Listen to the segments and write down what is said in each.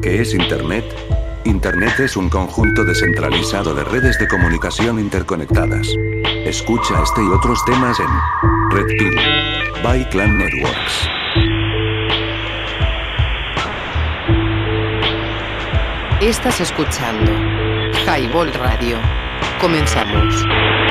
¿Qué es Internet? Internet es un conjunto descentralizado de redes de comunicación interconectadas. Escucha este y otros temas en Red Pill by Clan Networks. Estás escuchando Highball Radio. Comenzamos.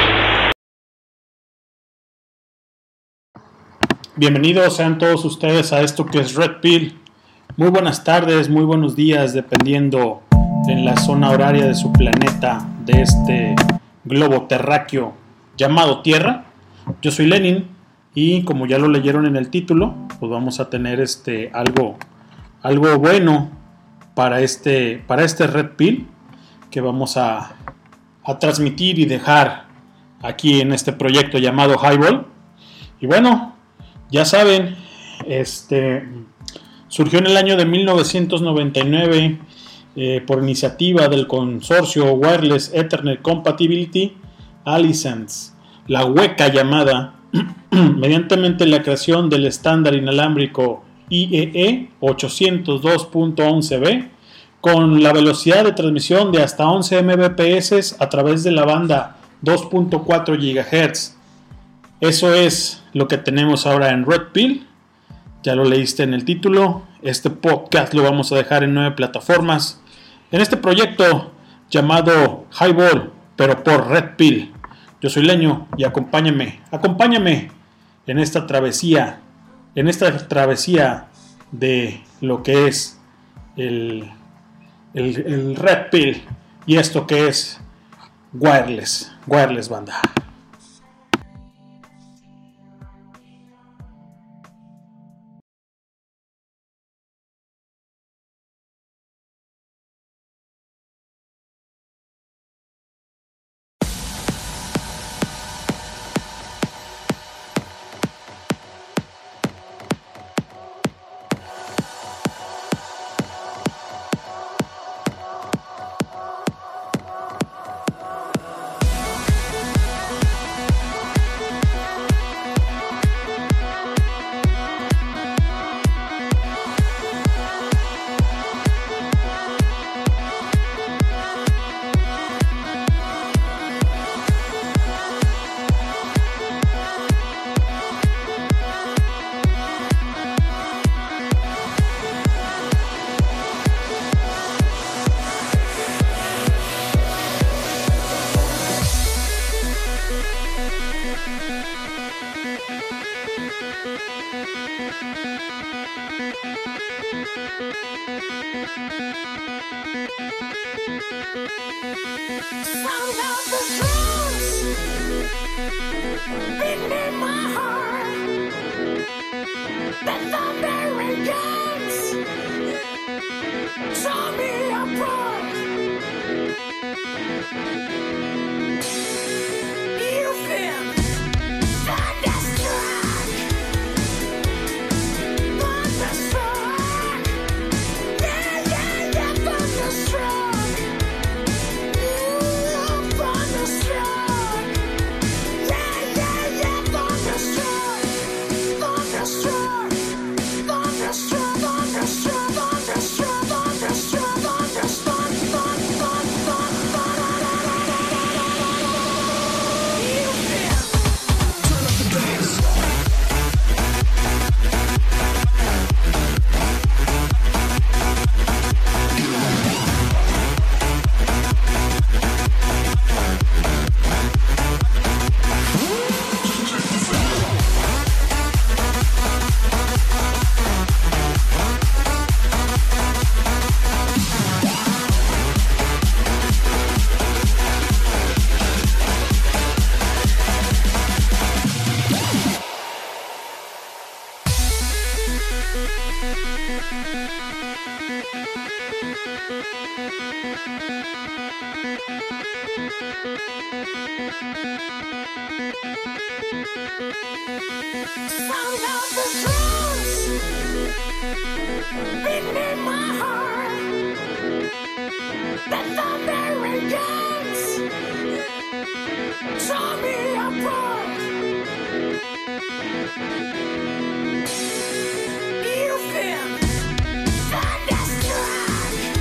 Bienvenidos sean todos ustedes a esto que es Red Pill. Muy buenas tardes, muy buenos días, dependiendo en la zona horaria de su planeta, de este globo terráqueo llamado Tierra. Yo soy Lenin y como ya lo leyeron en el título, pues vamos a tener algo bueno para este Red Pill que vamos a transmitir y dejar aquí en este proyecto llamado Highball. Y bueno, ya saben, surgió en el año de 1999 por iniciativa del consorcio Wireless Ethernet Compatibility Alliance, la hueca llamada, mediante la creación del estándar inalámbrico IEEE 802.11b, con la velocidad de transmisión de hasta 11 Mbps a través de la banda 2.4 GHz. Eso es lo que tenemos ahora en Red Pill. Ya lo leíste en el título. Este podcast lo vamos a dejar en 9 plataformas. En este proyecto llamado Highball, pero por Red Pill. Yo soy Leño y acompáñame en esta travesía. De lo que es el Red Pill y esto que es Wireless banda. You've been thunderstruck.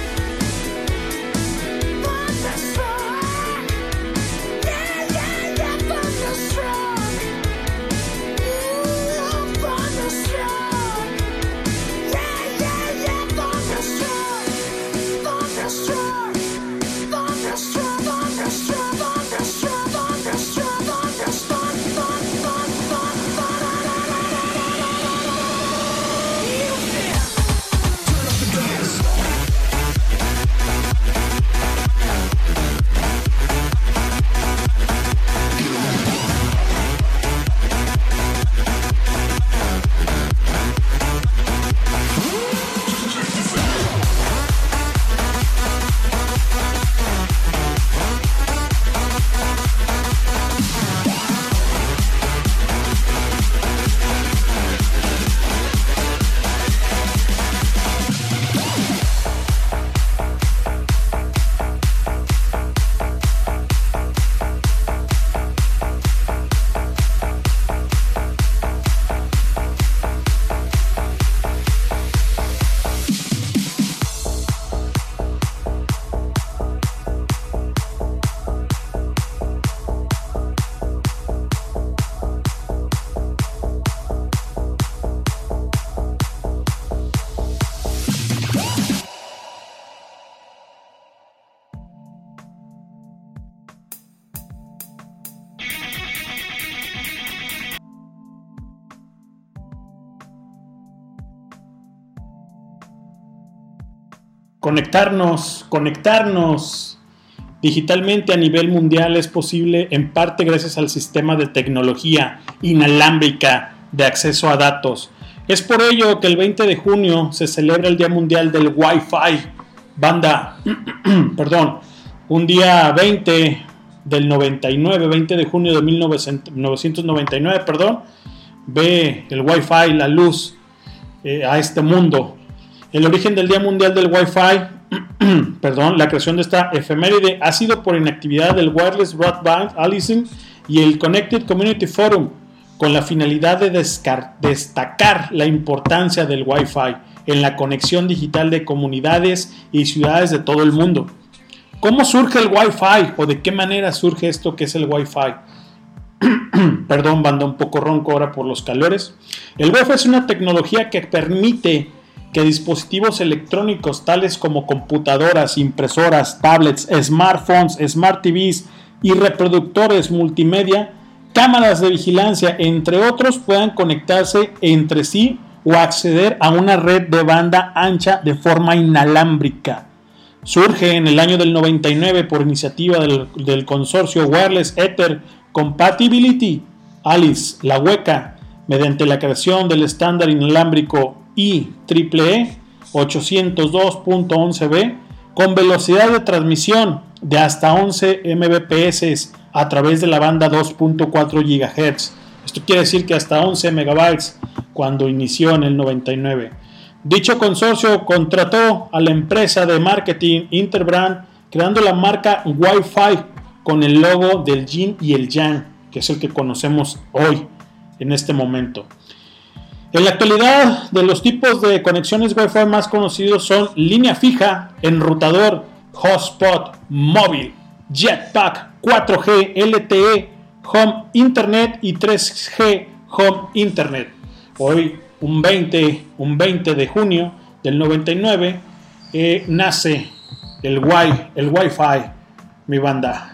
Conectarnos digitalmente a nivel mundial es posible en parte gracias al sistema de tecnología inalámbrica de acceso a datos. Es por ello que el 20 de junio se celebra el Día Mundial del Wi-Fi. Banda, perdón, un día 20 de junio de 1999, ve el Wi-Fi la luz a este mundo. El origen del Día Mundial del Wi-Fi, la creación de esta efeméride ha sido por inactividad del Wireless Broadband Alliance y el Connected Community Forum, con la finalidad de destacar la importancia del Wi-Fi en la conexión digital de comunidades y ciudades de todo el mundo. ¿Cómo surge el Wi-Fi o de qué manera surge esto que es el Wi-Fi? Perdón, banda, un poco ronco ahora por los calores. El Wi-Fi es una tecnología que permite que dispositivos electrónicos tales como computadoras, impresoras, tablets, smartphones, smart TVs y reproductores multimedia, cámaras de vigilancia, entre otros, puedan conectarse entre sí o acceder a una red de banda ancha de forma inalámbrica. Surge en el año del 99 por iniciativa del consorcio Wireless Ether Compatibility Alice, la hueca, mediante la creación del estándar inalámbrico IEEE 802.11b con velocidad de transmisión de hasta 11 Mbps a través de la banda 2.4 GHz. Esto quiere decir que hasta 11 MB cuando inició en el 99. Dicho consorcio contrató a la empresa de marketing Interbrand, creando la marca Wi-Fi con el logo del yin y el yang, que es el que conocemos hoy, en este momento. En la actualidad, de los tipos de conexiones Wi-Fi más conocidos son línea fija, enrutador, hotspot, móvil, jetpack, 4G, LTE, home internet y 3G home internet. Hoy, un 20 de junio del 99, nace el Wi-Fi, mi banda.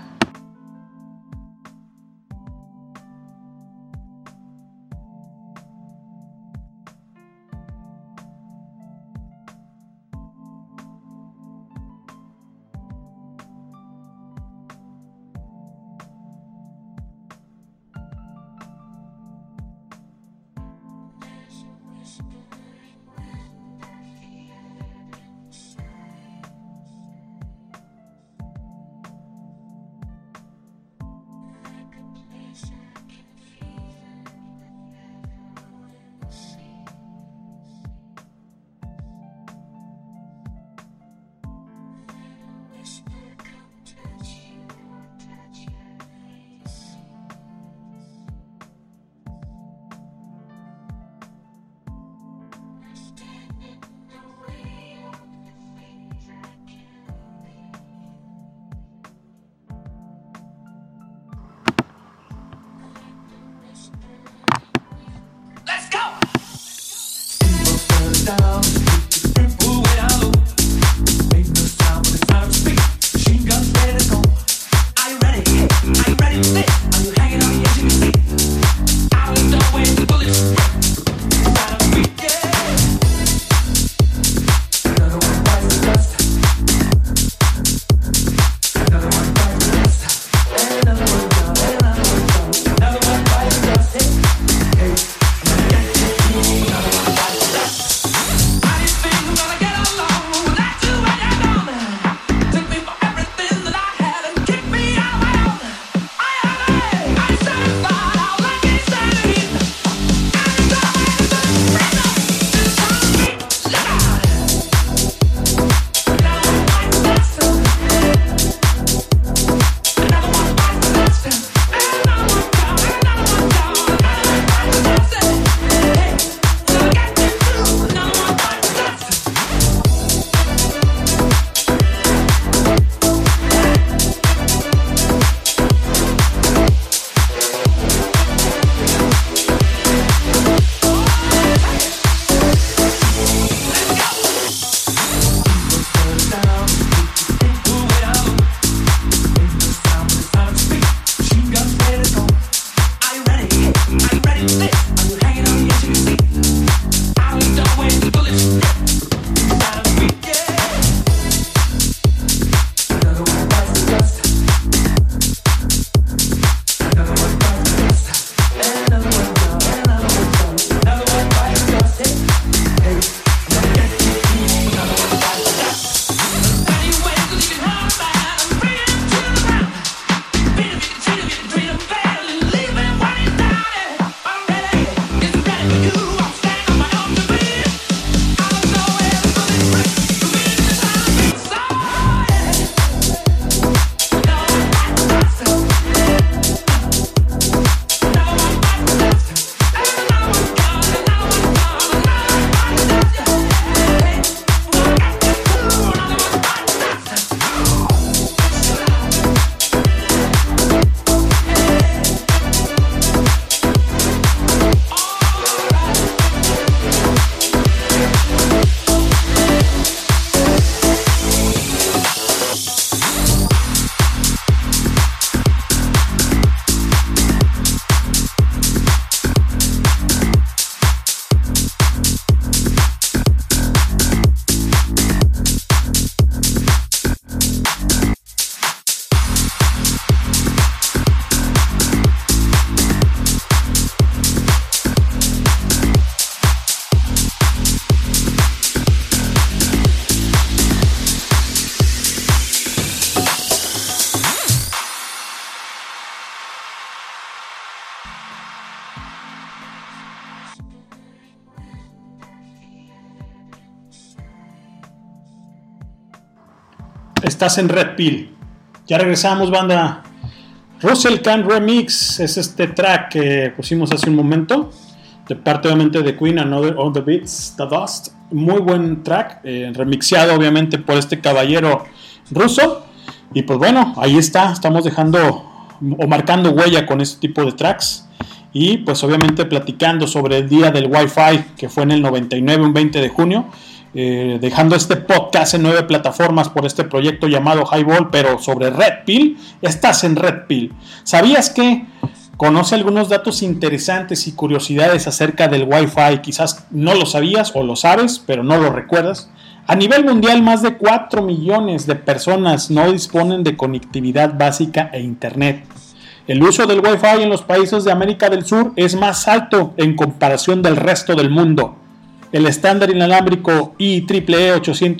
Estás en Red Pill. Ya regresamos, banda. Russell Can Remix es este track que pusimos hace un momento, de parte obviamente de Queen, Another of the Beats, The Dust. Muy buen track, remixeado obviamente por este caballero ruso. Y pues bueno, ahí está, estamos dejando o marcando huella con este tipo de tracks. Y pues obviamente platicando sobre el día del Wi-Fi, que fue en el 99, un 20 de junio. Dejando este podcast en 9 plataformas por este proyecto llamado Highball, pero sobre Red Pill. Estás en Red Pill. ¿Sabías que conoce algunos datos interesantes y curiosidades acerca del Wi-Fi? Quizás no lo sabías o lo sabes, pero no lo recuerdas. A nivel mundial, más de 4 millones de personas no disponen de conectividad básica e internet. El uso del Wi-Fi en los países de América del Sur es más alto en comparación del resto del mundo. El estándar inalámbrico IEEE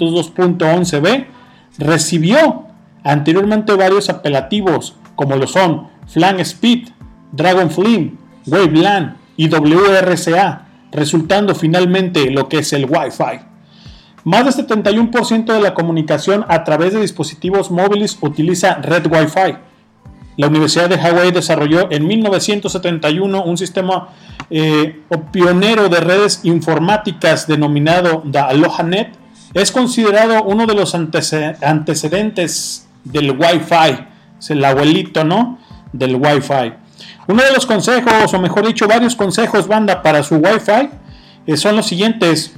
802.11b recibió anteriormente varios apelativos, como lo son Flang Speed, Dragonfly, Waveland y WRCA, resultando finalmente lo que es el Wi-Fi. Más del 71% de la comunicación a través de dispositivos móviles utiliza red Wi-Fi. La Universidad de Hawái desarrolló en 1971 un sistema pionero de redes informáticas denominado The AlohaNet. Es considerado uno de los antecedentes del Wi-Fi, es el abuelito, ¿no?, del Wi-Fi. Uno de los consejos, o mejor dicho, varios consejos, banda, para su Wi-Fi son los siguientes.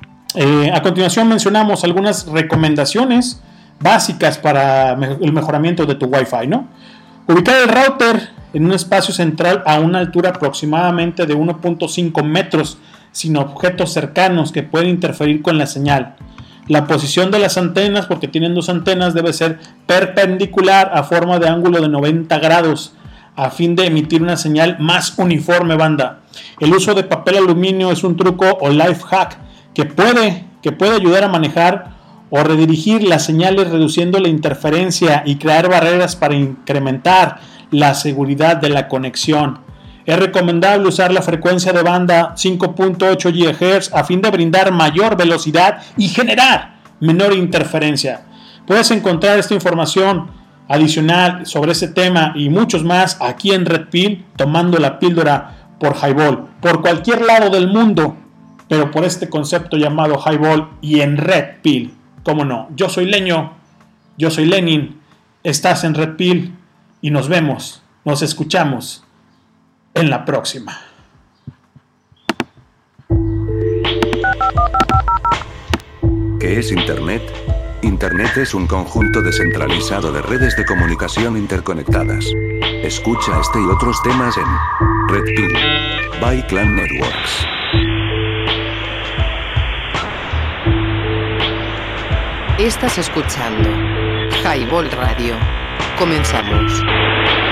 A continuación mencionamos algunas recomendaciones básicas para el mejoramiento de tu Wi-Fi, ¿no? Ubicar el router en un espacio central a una altura aproximadamente de 1.5 metros, sin objetos cercanos que pueden interferir con la señal. La posición de las antenas, porque tienen 2 antenas, debe ser perpendicular a forma de ángulo de 90 grados, a fin de emitir una señal más uniforme, banda. El uso de papel aluminio es un truco o life hack que puede ayudar a manejar o redirigir las señales, reduciendo la interferencia y crear barreras para incrementar la seguridad de la conexión. Es recomendable usar la frecuencia de banda 5.8 GHz a fin de brindar mayor velocidad y generar menor interferencia. Puedes encontrar esta información adicional sobre este tema y muchos más aquí en Red Pill, tomando la píldora por Highball, por cualquier lado del mundo, pero por este concepto llamado Highball y en Red Pill. ¿Cómo no? Yo soy Leño, yo soy Lenin, estás en Red Pill y nos vemos, nos escuchamos en la próxima. ¿Qué es Internet? Internet es un conjunto descentralizado de redes de comunicación interconectadas. Escucha este y otros temas en Red Pill by Clan Networks. Estás escuchando Highball Radio. Comenzamos.